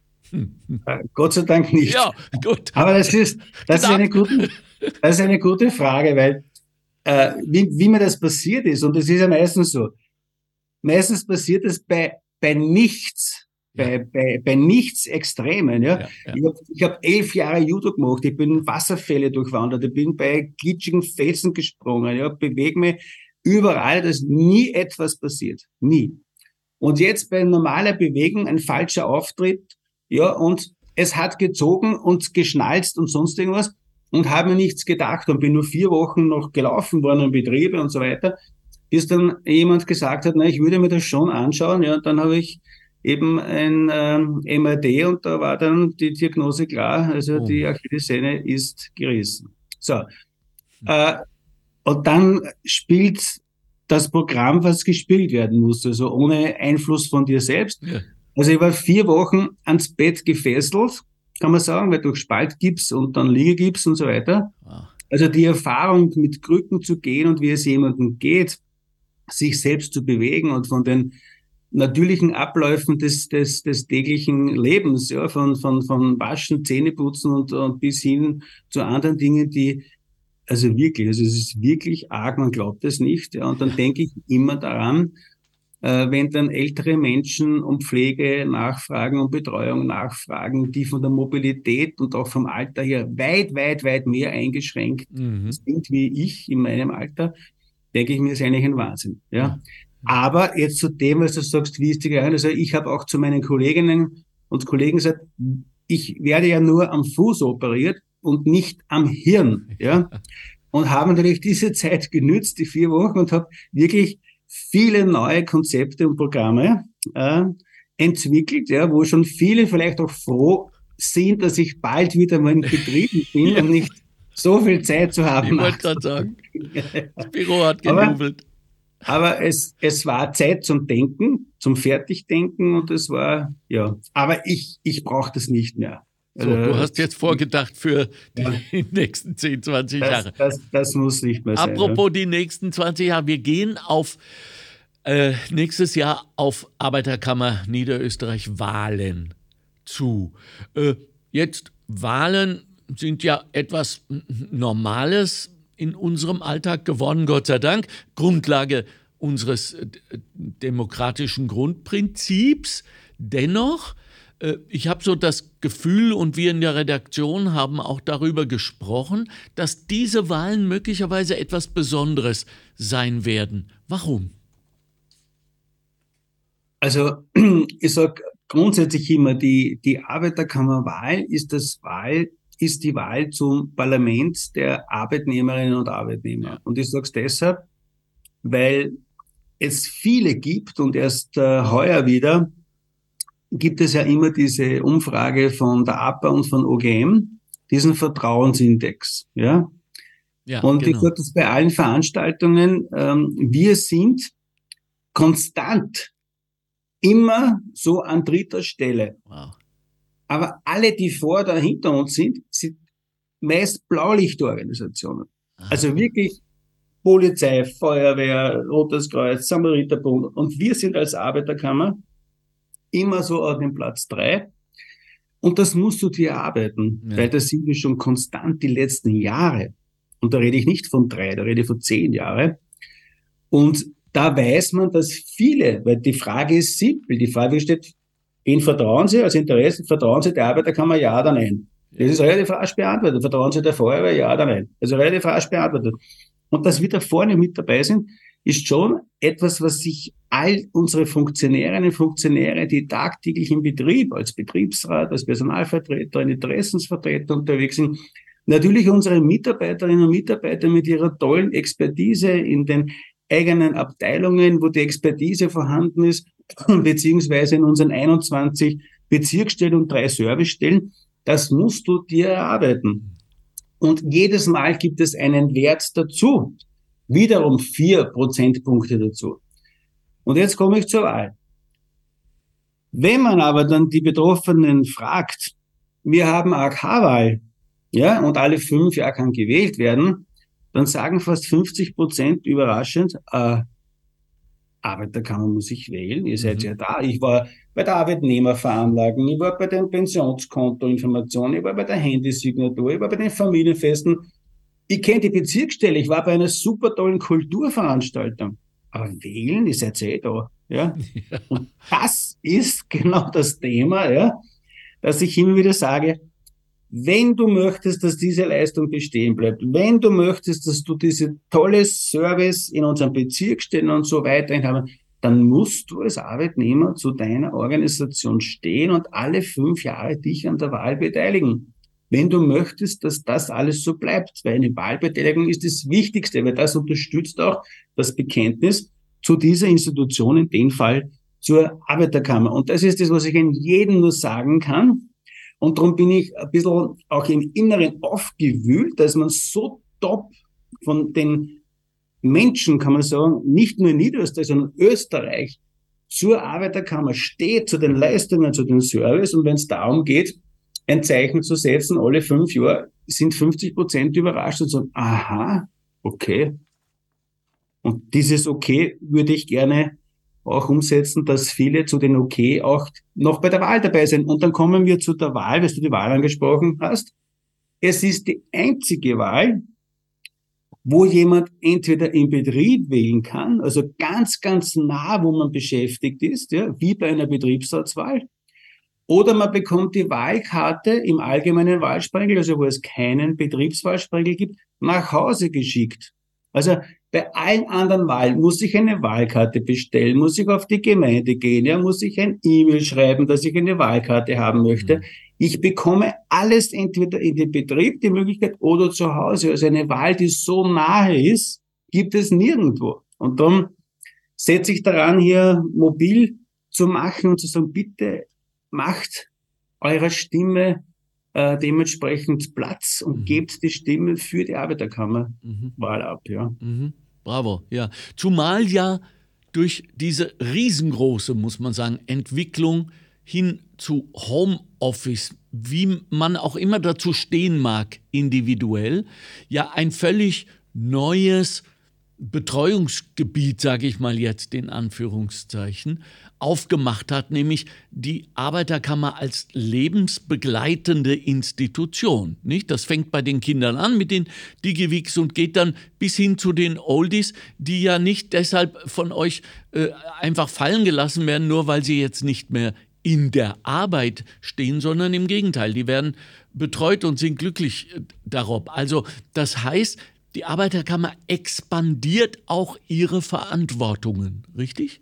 Äh, Gott sei Dank nicht. Ja, gut. Aber das ist, das ist, eine, gute, das ist eine gute Frage, weil äh, wie, wie mir das passiert ist, und das ist ja meistens so, meistens passiert es bei, bei nichts, ja. bei, bei, bei nichts Extremen. Ja? Ja, ja. Ich habe ich hab elf Jahre Judo gemacht, ich bin Wasserfälle durchwandert, ich bin bei glitschigen Felsen gesprungen, ja, bewege mich überall, da ist nie etwas passiert. Nie. Und jetzt bei normaler Bewegung ein falscher Auftritt, ja, und es hat gezogen und geschnalzt und sonst irgendwas und habe mir nichts gedacht und bin nur vier Wochen noch gelaufen worden in Betriebe und so weiter, bis dann jemand gesagt hat, na, ich würde mir das schon anschauen, ja, und dann habe ich eben ein ähm, M R T und da war dann die Diagnose klar, also oh. die Achillessehne ist gerissen. So, äh, und dann spielt das Programm, was gespielt werden muss, also ohne Einfluss von dir selbst. Ja. Also ich war vier Wochen ans Bett gefesselt, kann man sagen, weil durch Spaltgips und dann Liegegips und so weiter. Wow. Also die Erfahrung, mit Krücken zu gehen und wie es jemandem geht, sich selbst zu bewegen und von den natürlichen Abläufen des, des, des täglichen Lebens, ja, von, von, von Waschen, Zähneputzen und, und bis hin zu anderen Dingen, die, also wirklich, also es ist wirklich arg, man glaubt es nicht, ja, und dann denke ich immer daran, äh, wenn dann ältere Menschen um Pflege nachfragen, um Betreuung nachfragen, die von der Mobilität und auch vom Alter her weit, weit, weit mehr eingeschränkt mhm. sind wie ich in meinem Alter, denke ich mir, ist eigentlich ein Wahnsinn, ja. ja. Aber jetzt zu dem, was du sagst, wie ist die gegangen? Also ich habe auch zu meinen Kolleginnen und Kollegen gesagt, ich werde ja nur am Fuß operiert und nicht am Hirn, ja. Und habe natürlich diese Zeit genützt, die vier Wochen, und habe wirklich viele neue Konzepte und Programme äh, entwickelt, ja, wo schon viele vielleicht auch froh sind, dass ich bald wieder mal in Betrieben bin ja. und nicht so viel Zeit zu haben. Ich wollte gerade sagen, das Büro hat gejubelt. Aber, aber es, es war Zeit zum Denken, zum Fertigdenken, und es war, ja, aber ich, ich brauche das nicht mehr. So, du hast jetzt vorgedacht für die ja. nächsten zehn, zwanzig das, Jahre. Das, das muss nicht mehr sein. Apropos ja. die nächsten zwanzig Jahre, wir gehen auf äh, nächstes Jahr auf Arbeiterkammer Niederösterreich Wahlen zu. Äh, jetzt, Wahlen sind ja etwas Normales in unserem Alltag geworden, Gott sei Dank. Grundlage unseres äh, demokratischen Grundprinzips. Dennoch, äh, ich habe so das Gefühl, und wir in der Redaktion haben auch darüber gesprochen, dass diese Wahlen möglicherweise etwas Besonderes sein werden. Warum? Also ich sage grundsätzlich immer, die, die Arbeiterkammerwahl ist das Wahl, ist die Wahl zum Parlament der Arbeitnehmerinnen und Arbeitnehmer. Ja. Und ich sage es deshalb, weil es viele gibt, und erst äh, heuer wieder gibt es ja immer diese Umfrage von der A P A und von O G M, diesen Vertrauensindex. Ja, ja und genau. Ich sage das bei allen Veranstaltungen, ähm, wir sind konstant immer so an dritter Stelle. Wow. Aber alle, die vor oder hinter uns sind, sind meist Blaulichtorganisationen. Also wirklich Polizei, Feuerwehr, Rotes Kreuz, Samariterbund. Und wir sind als Arbeiterkammer immer so auf dem Platz drei. Und das musst du dir erarbeiten, ja. weil das sind wir schon konstant die letzten Jahre. Und da rede ich nicht von drei, da rede ich von zehn Jahren. Und da weiß man, dass viele, weil die Frage ist simpel, die Frage steht, wen vertrauen Sie als Interesse? Vertrauen Sie der Arbeiterkammer, ja oder nein? Das ist relativ rasch beantwortet. Vertrauen Sie der Feuerwehr, ja oder nein? Also relativ rasch beantwortet. Und dass wir da vorne mit dabei sind, ist schon etwas, was sich all unsere Funktionärinnen und Funktionäre, die tagtäglich im Betrieb, als Betriebsrat, als Personalvertreter, als Interessensvertreter unterwegs sind, natürlich unsere Mitarbeiterinnen und Mitarbeiter mit ihrer tollen Expertise in den eigenen Abteilungen, wo die Expertise vorhanden ist, beziehungsweise in unseren einundzwanzig Bezirksstellen und drei Servicestellen. Das musst du dir erarbeiten. Und jedes Mal gibt es einen Wert dazu. Wiederum vier Prozentpunkte dazu. Und jetzt komme ich zur Wahl. Wenn man aber dann die Betroffenen fragt, wir haben A K-Wahl, ja, und alle fünf Jahre kann gewählt werden, dann sagen fast fünfzig Prozent überraschend, äh, Arbeiterkammer muss ich wählen, ihr seid mhm. ja da. Ich war bei der Arbeitnehmerveranlagung, ich war bei den Pensionskontoinformationen, ich war bei der Handysignatur, ich war bei den Familienfesten. Ich kenne die Bezirksstelle, ich war bei einer super tollen Kulturveranstaltung. Aber wählen, ihr seid ja eh da. Ja? ja. Und das ist genau das Thema, ja, dass ich immer wieder sage, wenn du möchtest, dass diese Leistung bestehen bleibt, wenn du möchtest, dass du diese tolle Service in unseren Bezirksstellen und so weiter haben, dann musst du als Arbeitnehmer zu deiner Organisation stehen und alle fünf Jahre dich an der Wahl beteiligen. Wenn du möchtest, dass das alles so bleibt, weil eine Wahlbeteiligung ist das Wichtigste, weil das unterstützt auch das Bekenntnis zu dieser Institution, in dem Fall zur Arbeiterkammer. Und das ist das, was ich Ihnen jedem nur sagen kann. Und darum bin ich ein bisschen auch im Inneren aufgewühlt, dass man so top von den Menschen, kann man sagen, nicht nur in Niederösterreich, sondern Österreich zur Arbeiterkammer steht, zu den Leistungen, zu den Service. Und wenn es darum geht, ein Zeichen zu setzen, alle fünf Jahre, sind fünfzig Prozent überrascht und sagen, aha, okay. Und dieses Okay würde ich gerne auch umsetzen, dass viele zu den Okay auch noch bei der Wahl dabei sind. Und dann kommen wir zu der Wahl, weil du die Wahl angesprochen hast. Es ist die einzige Wahl, wo jemand entweder im Betrieb wählen kann, also ganz, ganz nah, wo man beschäftigt ist, ja, wie bei einer Betriebsratswahl, oder man bekommt die Wahlkarte im allgemeinen Wahlsprengel, also wo es keinen Betriebswahlsprengel gibt, nach Hause geschickt. Also bei allen anderen Wahlen muss ich eine Wahlkarte bestellen, muss ich auf die Gemeinde gehen, ja, muss ich ein E-Mail schreiben, dass ich eine Wahlkarte haben möchte. Ich bekomme alles entweder in den Betrieb, die Möglichkeit, oder zu Hause. Also eine Wahl, die so nahe ist, gibt es nirgendwo. Und darum setze ich daran, hier mobil zu machen und zu sagen, bitte macht eurer Stimme äh, dementsprechend Platz und mhm. gebt die Stimme für die Arbeiterkammerwahl mhm. ab. Ja. Mhm. Bravo, ja. Zumal ja durch diese riesengroße, muss man sagen, Entwicklung hin zu Homeoffice, wie man auch immer dazu stehen mag, individuell, ja ein völlig neues Betreuungsgebiet, sage ich mal jetzt in Anführungszeichen, aufgemacht hat, nämlich die Arbeiterkammer als lebensbegleitende Institution. Nicht? Das fängt bei den Kindern an mit den Digiwix und geht dann bis hin zu den Oldies, die ja nicht deshalb von euch äh, einfach fallen gelassen werden, nur weil sie jetzt nicht mehr in der Arbeit stehen, sondern im Gegenteil, die werden betreut und sind glücklich äh, darob. Also das heißt, die Arbeiterkammer expandiert auch ihre Verantwortungen, richtig?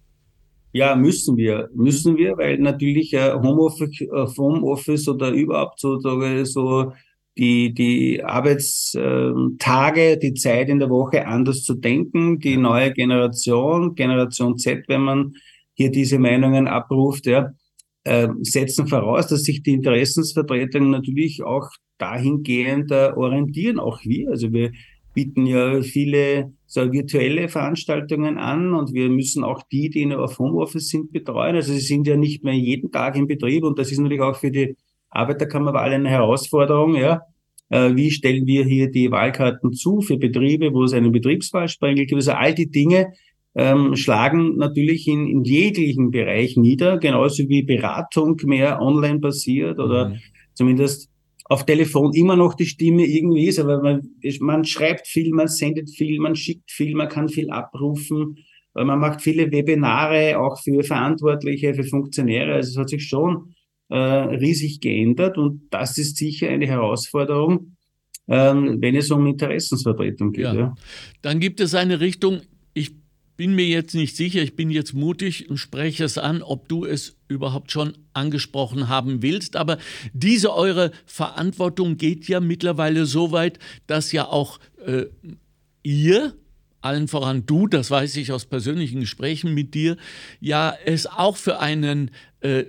Ja, müssen wir, müssen wir, weil natürlich äh, Homeoffice, äh, Homeoffice oder überhaupt sozusagen so die, die Arbeitstage, die Zeit in der Woche anders zu denken, die neue Generation, Generation Z, wenn man hier diese Meinungen abruft, ja, äh, setzen voraus, dass sich die Interessensvertretungen natürlich auch dahingehend äh, orientieren, auch wir. Also wir bieten ja viele so virtuelle Veranstaltungen an und wir müssen auch die, die noch auf Homeoffice sind, betreuen. Also sie sind ja nicht mehr jeden Tag im Betrieb und das ist natürlich auch für die Arbeiterkammerwahl eine Herausforderung. Ja, äh, wie stellen wir hier die Wahlkarten zu für Betriebe, wo es einen Betriebswahlsprengel gibt? Also all die Dinge ähm, schlagen natürlich in, in jeglichen Bereich nieder, genauso wie Beratung mehr online basiert oder mhm. zumindest auf Telefon immer noch die Stimme irgendwie ist, aber man, man schreibt viel, man sendet viel, man schickt viel, man kann viel abrufen, man macht viele Webinare, auch für Verantwortliche, für Funktionäre, also es hat sich schon äh, riesig geändert und das ist sicher eine Herausforderung, ähm, wenn es um Interessensvertretung geht. Ja. Ja. Dann gibt es eine Richtung, ich bin mir jetzt nicht sicher, ich bin jetzt mutig und spreche es an, ob du es überhaupt schon angesprochen haben willst, aber diese eure Verantwortung geht ja mittlerweile so weit, dass ja auch äh, ihr allen voran du, das weiß ich aus persönlichen Gesprächen mit dir, ja es auch für einen äh,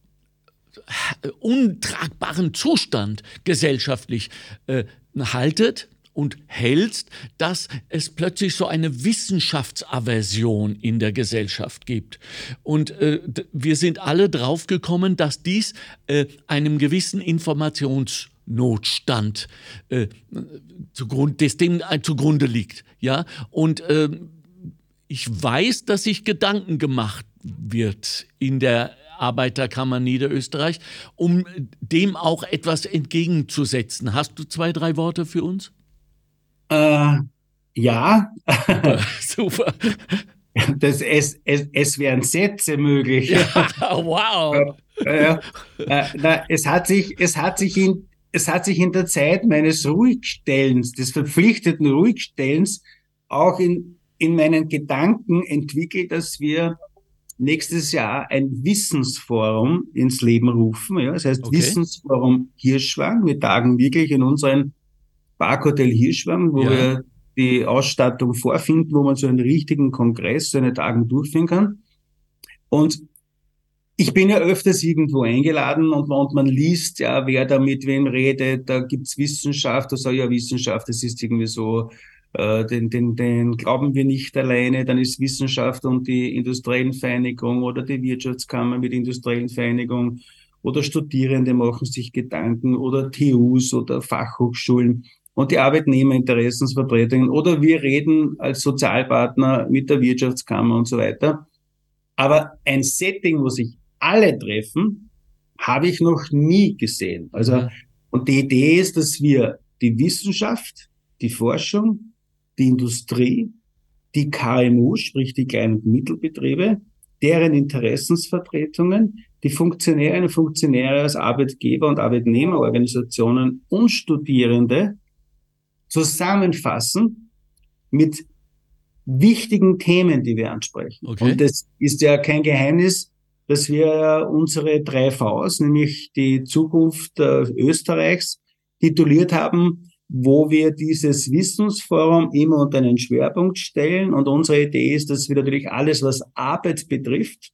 untragbaren Zustand gesellschaftlich äh, haltet und hältst, dass es plötzlich so eine Wissenschaftsaversion in der Gesellschaft gibt. Und äh, wir sind alle drauf gekommen, dass dies äh, einem gewissen Informationsnotstand äh, zugrund, des dem äh, zugrunde liegt. Ja? Und äh, ich weiß, dass sich Gedanken gemacht wird in der Arbeiterkammer Niederösterreich, um dem auch etwas entgegenzusetzen. Hast du zwei, drei Worte für uns? Äh, ja, Super, super. das, es, es, es wären Sätze möglich. Ja, wow. Äh, äh, na, es hat sich, es hat sich in, es hat sich in der Zeit meines Ruhigstellens, des verpflichteten Ruhigstellens, auch in, in meinen Gedanken entwickelt, dass wir nächstes Jahr ein Wissensforum ins Leben rufen. Ja, das heißt Okay. Wissensforum Hirschwang. Wir tagen wirklich in unserem Parkhotel Hirschwang, wo Ja. wir die Ausstattung vorfinden, wo man so einen richtigen Kongress, so eine Tagung durchführen kann. Und ich bin ja öfters irgendwo eingeladen und, und man liest ja, wer da mit wem redet. Da gibt's Wissenschaft, da sage ich ja, Wissenschaft, das ist irgendwie so, äh, den, den, den glauben wir nicht alleine. Dann ist Wissenschaft und die industriellen Vereinigung oder die Wirtschaftskammer mit industriellen Vereinigung oder Studierende machen sich Gedanken oder T Us oder Fachhochschulen und die Arbeitnehmerinteressensvertretungen oder wir reden als Sozialpartner mit der Wirtschaftskammer und so weiter. Aber ein Setting, wo sich alle treffen, habe ich noch nie gesehen. Also, Mhm. und die Idee ist, dass wir die Wissenschaft, die Forschung, die Industrie, die K M U, sprich die Klein- und Mittelbetriebe, deren Interessensvertretungen, die Funktionärinnen und Funktionäre als Arbeitgeber- und Arbeitnehmerorganisationen und Studierende zusammenfassen mit wichtigen Themen, die wir ansprechen. Okay. Und das ist ja kein Geheimnis, dass wir unsere drei Vs, nämlich die Zukunft äh, Österreichs, tituliert haben, wo wir dieses Wissensforum immer unter einen Schwerpunkt stellen. Und unsere Idee ist, dass wir natürlich alles, was Arbeit betrifft,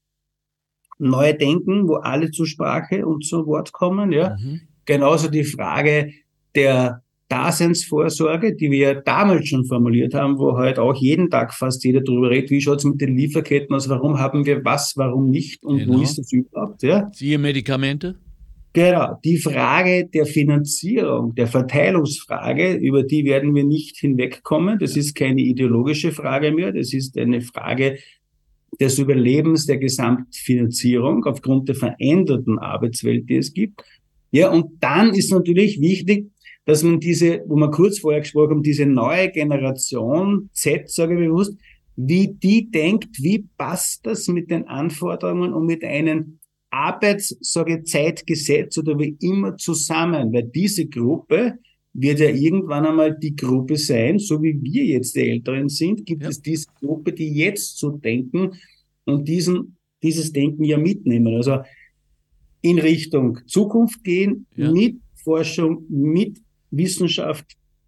neu denken, wo alle zur Sprache und zu Wort kommen. Ja, Mhm. genauso die Frage der Daseinsvorsorge, die wir ja damals schon formuliert haben, wo heute auch jeden Tag fast jeder drüber redet, wie schaut's mit den Lieferketten aus, warum haben wir was, warum nicht und Genau. wo ist das überhaupt? Ja? Siehe Medikamente. Genau, die Frage der Finanzierung, der Verteilungsfrage, über die werden wir nicht hinwegkommen. Das ist keine ideologische Frage mehr, das ist eine Frage des Überlebens der Gesamtfinanzierung aufgrund der veränderten Arbeitswelt, die es gibt. Ja, und dann ist natürlich wichtig, dass man diese, wo wir kurz vorher gesprochen haben, diese neue Generation Z, sage ich bewusst, wie die denkt, wie passt das mit den Anforderungen und mit einem Arbeits-, sage ich, Zeitgesetz oder wie immer zusammen, weil diese Gruppe wird ja irgendwann einmal die Gruppe sein, so wie wir jetzt die Älteren sind, gibt Ja. es diese Gruppe, die jetzt so denken und diesen, dieses Denken ja mitnehmen. Also in Richtung Zukunft gehen, Ja. mit Forschung, mit Wissenschaft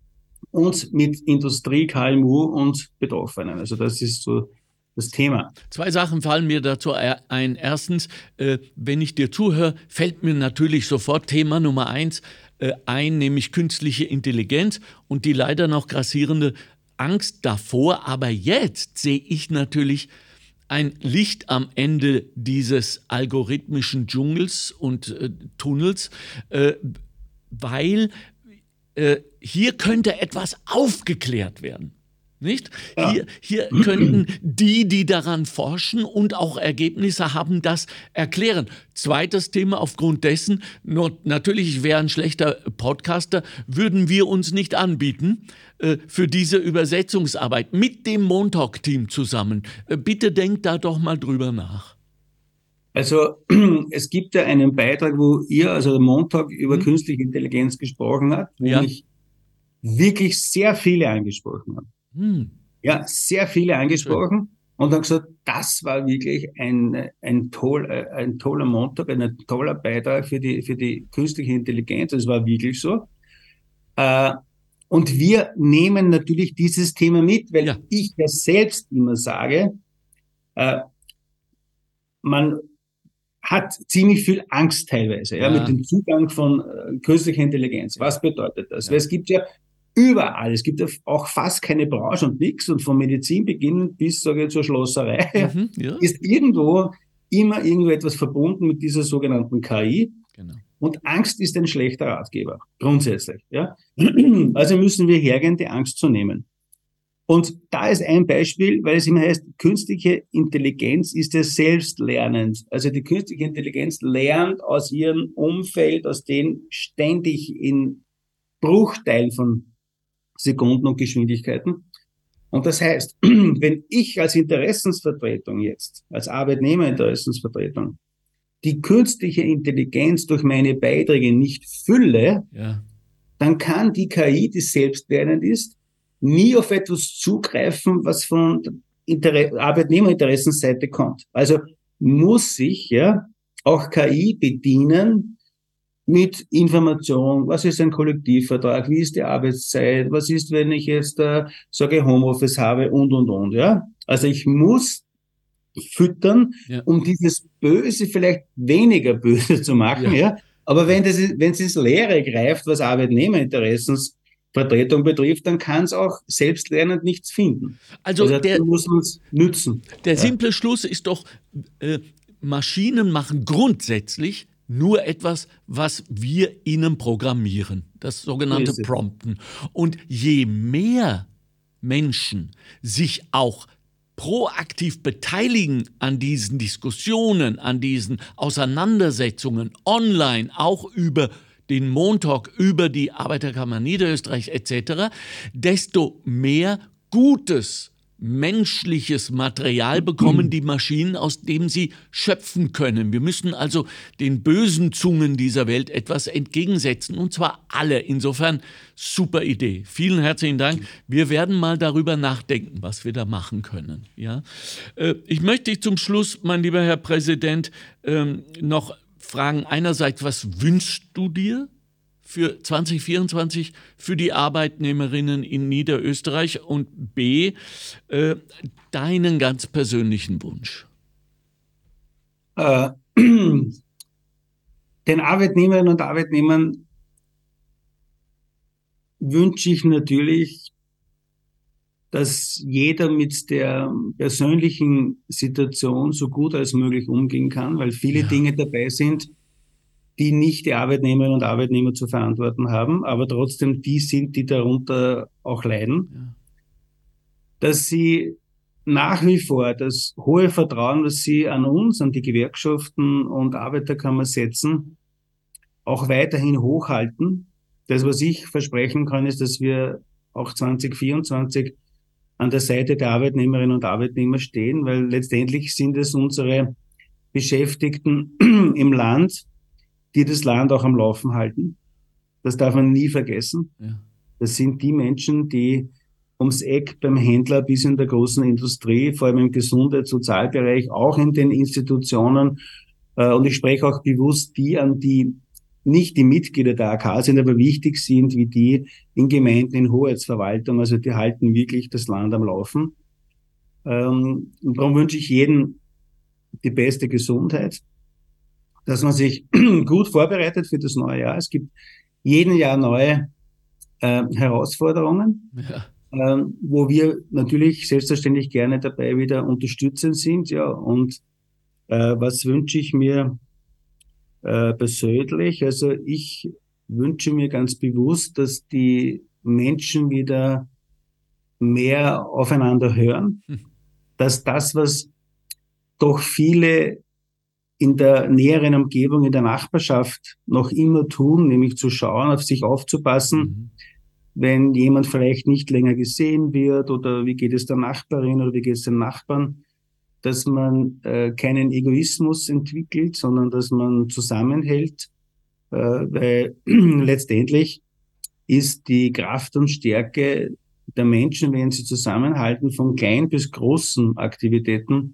und mit Industrie, K M U und Betroffenen. Also das ist so das Thema. Zwei Sachen fallen mir dazu ein. Erstens, äh, wenn ich dir zuhöre, fällt mir natürlich sofort Thema Nummer eins äh, ein, nämlich künstliche Intelligenz und die leider noch grassierende Angst davor. Aber jetzt sehe ich natürlich ein Licht am Ende dieses algorithmischen Dschungels und äh, Tunnels, äh, weil äh, hier könnte etwas aufgeklärt werden. Nicht? Ja. Hier, hier könnten die, die daran forschen und auch Ergebnisse haben, das erklären. Zweites Thema, aufgrund dessen, nur, natürlich, ich wäre ein schlechter Podcaster, würden wir uns nicht anbieten äh, für diese Übersetzungsarbeit mit dem Montauk-Team zusammen. Äh, bitte denkt da doch mal drüber nach. Also es gibt ja einen Beitrag, wo ihr, also der Montag, über Hm. künstliche Intelligenz gesprochen habt, wo Ja. mich wirklich sehr viele angesprochen haben. Hm. Ja, sehr viele angesprochen und haben gesagt, das war wirklich ein, ein, toll, ein toller Montag, ein toller Beitrag für die, für die künstliche Intelligenz. Es war wirklich so. Äh, Und wir nehmen natürlich dieses Thema mit, weil Ja. ich ja selbst immer sage, äh, man hat ziemlich viel Angst teilweise, ja, Ja. mit dem Zugang von äh, künstlicher Intelligenz. Was bedeutet das? Ja. Weil es gibt ja überall, es gibt ja auch fast keine Branche und nichts, und von Medizin beginnend bis, sage ich, zur Schlosserei, Mhm, ja. ist irgendwo immer irgendwo etwas verbunden mit dieser sogenannten K I. Genau. Und Angst ist ein schlechter Ratgeber, grundsätzlich, ja. Also müssen wir hergehen, die Angst zu nehmen. Und da ist ein Beispiel, weil es immer heißt, künstliche Intelligenz ist ja selbstlernend. Also die künstliche Intelligenz lernt aus ihrem Umfeld, aus dem ständig in Bruchteilen von Sekunden und Geschwindigkeiten. Und das heißt, wenn ich als Interessensvertretung jetzt, als Arbeitnehmerinteressensvertretung, die künstliche Intelligenz durch meine Beiträge nicht fülle, Ja. dann kann die K I, die selbstlernend ist, nie auf etwas zugreifen, was von der Arbeitnehmerinteressenseite kommt. Also muss sich ja auch K I bedienen mit Information. Was ist ein Kollektivvertrag? Wie ist die Arbeitszeit? Was ist, wenn ich jetzt äh, sage Homeoffice habe und, und, und, ja? Also ich muss füttern, Ja. um dieses Böse vielleicht weniger böse zu machen, Ja. ja? Aber wenn das, wenn es ins Leere greift, was Arbeitnehmerinteressensvertretung betrifft, dann kann es auch selbstlernend nichts finden. Also, Also der, da muss man es nützen. der Ja. simple Schluss ist doch, äh, Maschinen machen grundsätzlich nur etwas, was wir ihnen programmieren. Das sogenannte So ist es. Prompten. Und je mehr Menschen sich auch proaktiv beteiligen an diesen Diskussionen, an diesen Auseinandersetzungen online, auch über den Montalk, über die Arbeiterkammer Niederösterreich et cetera, desto mehr gutes menschliches Material bekommen die Maschinen, aus dem sie schöpfen können. Wir müssen also den bösen Zungen dieser Welt etwas entgegensetzen, und zwar alle. Insofern super Idee. Vielen herzlichen Dank. Wir werden mal darüber nachdenken, was wir da machen können. Ja? Äh, ich möchte dich zum Schluss, mein lieber Herr Präsident, ähm, noch fragen, einerseits, was wünschst du dir für zwanzig vierundzwanzig für die Arbeitnehmerinnen in Niederösterreich, und B, äh, deinen ganz persönlichen Wunsch? Äh, den Arbeitnehmerinnen und Arbeitnehmern wünsche ich natürlich, dass jeder mit der persönlichen Situation so gut als möglich umgehen kann, weil viele Ja. Dinge dabei sind, die nicht die Arbeitnehmerinnen und Arbeitnehmer zu verantworten haben, aber trotzdem die sind, die darunter auch leiden. Ja. Dass sie nach wie vor das hohe Vertrauen, das sie an uns, an die Gewerkschaften und Arbeiterkammer setzen, auch weiterhin hochhalten. Das, was ich versprechen kann, ist, dass wir auch zwanzig vierundzwanzig an der Seite der Arbeitnehmerinnen und Arbeitnehmer stehen, weil letztendlich sind es unsere Beschäftigten im Land, die das Land auch am Laufen halten. Das darf man nie vergessen. Ja. Das sind die Menschen, die ums Eck beim Händler bis in der großen Industrie, vor allem im Gesundheits- und Sozialbereich, auch in den Institutionen, äh, und ich spreche auch bewusst die an, die nicht die Mitglieder der A K sind, aber wichtig sind, wie die in Gemeinden, in Hoheitsverwaltung, also die halten wirklich das Land am Laufen. Ähm, und darum wünsche ich jedem die beste Gesundheit, dass man sich gut vorbereitet für das neue Jahr. Es gibt jeden Jahr neue äh, Herausforderungen, Ja. ähm, wo wir natürlich selbstverständlich gerne dabei wieder unterstützend sind. Ja, und äh, was wünsche ich mir äh, persönlich? Also ich wünsche mir ganz bewusst, dass die Menschen wieder mehr aufeinander hören, Hm. dass das, was doch viele in der näheren Umgebung, in der Nachbarschaft noch immer tun, nämlich zu schauen, auf sich aufzupassen, Mhm. wenn jemand vielleicht nicht länger gesehen wird oder wie geht es der Nachbarin oder wie geht es dem Nachbarn, dass man äh, keinen Egoismus entwickelt, sondern dass man zusammenhält, äh, weil letztendlich ist die Kraft und Stärke der Menschen, wenn sie zusammenhalten, von kleinen bis großen Aktivitäten,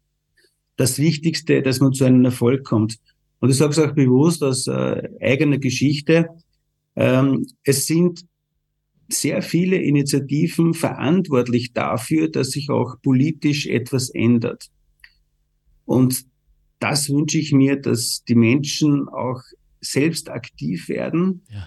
das Wichtigste, dass man zu einem Erfolg kommt. Und ich sage es auch bewusst aus äh, eigener Geschichte. Ähm, es sind sehr viele Initiativen verantwortlich dafür, dass sich auch politisch etwas ändert. Und das wünsche ich mir, dass die Menschen auch selbst aktiv werden, ja,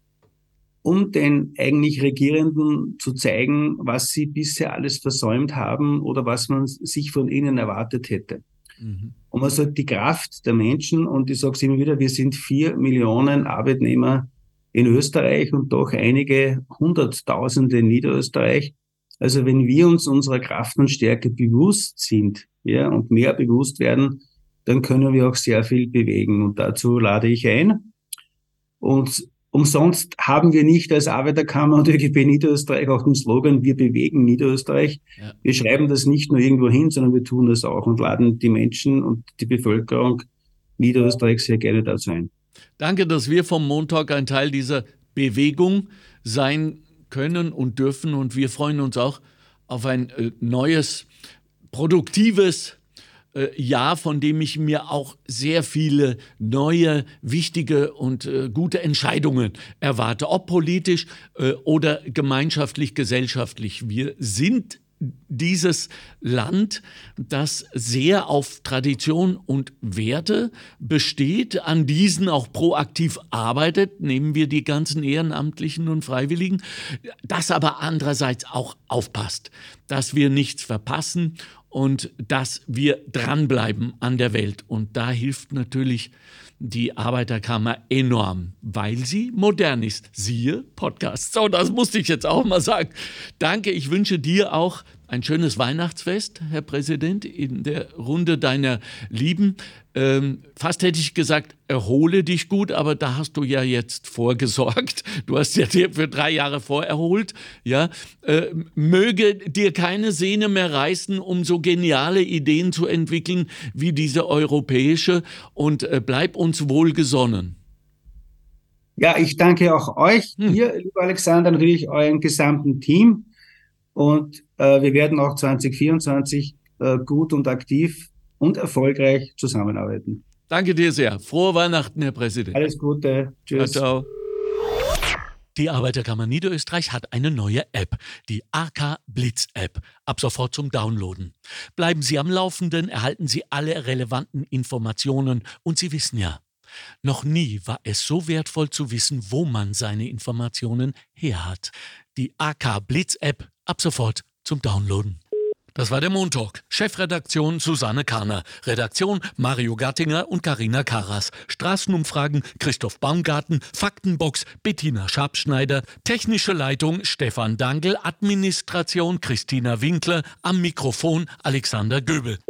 um den eigentlich Regierenden zu zeigen, was sie bisher alles versäumt haben oder was man sich von ihnen erwartet hätte. Mhm. Und man sagt, die Kraft der Menschen, und ich sage es immer wieder, wir sind vier Millionen Arbeitnehmer in Österreich und doch einige Hunderttausende in Niederösterreich. Also wenn wir uns unserer Kraft und Stärke bewusst sind, ja, und mehr bewusst werden, dann können wir auch sehr viel bewegen. Und dazu lade ich ein. Und umsonst haben wir nicht als Arbeiterkammer und ÖGB Niederösterreich auch den Slogan, wir bewegen Niederösterreich. Ja. Wir schreiben das nicht nur irgendwo hin, sondern wir tun das auch und laden die Menschen und die Bevölkerung Niederösterreichs sehr gerne dazu ein. Danke, dass wir vom Montag ein Teil dieser Bewegung sein können und dürfen. Und wir freuen uns auch auf ein äh, neues, produktives äh, Jahr, von dem ich mir auch sehr viele neue, wichtige und äh, gute Entscheidungen erwarte, ob politisch äh, oder gemeinschaftlich, gesellschaftlich. Wir sind dieses Land, das sehr auf Tradition und Werte besteht, an diesen auch proaktiv arbeitet, nehmen wir die ganzen Ehrenamtlichen und Freiwilligen, das aber andererseits auch aufpasst, dass wir nichts verpassen und dass wir dranbleiben an der Welt. Und da hilft natürlich die Arbeiterkammer enorm, weil sie modern ist. Siehe Podcast. So, das musste ich jetzt auch mal sagen. Danke, ich wünsche dir auch ein schönes Weihnachtsfest, Herr Präsident, in der Runde deiner Lieben. Ähm, fast hätte ich gesagt, erhole dich gut, aber da hast du ja jetzt vorgesorgt. Du hast ja dir für drei Jahre vorerholt. Ja? Äh, möge dir keine Sehne mehr reißen, um so geniale Ideen zu entwickeln wie diese europäische, und äh, bleib uns wohlgesonnen. Ja, ich danke auch euch, hm. dir, lieber Alexander, natürlich eurem gesamten Team. Und äh, wir werden auch zwanzig vierundzwanzig äh, gut und aktiv und erfolgreich zusammenarbeiten. Danke dir sehr. Frohe Weihnachten, Herr Präsident. Alles Gute. Tschüss. Ciao, ciao. Die Arbeiterkammer Niederösterreich hat eine neue App, die A K Blitz App, ab sofort zum Downloaden. Bleiben Sie am Laufenden, erhalten Sie alle relevanten Informationen, und Sie wissen ja, noch nie war es so wertvoll zu wissen, wo man seine Informationen her hat. Die A K Blitz App, ab sofort zum Downloaden. Das war der Montalk. Chefredaktion Susanne Karner. Redaktion Mario Gattinger und Carina Karas. Straßenumfragen Christoph Baumgarten. Faktenbox Bettina Schabschneider. Technische Leitung Stefan Dangl. Administration Christina Winkler. Am Mikrofon Alexander Göbel.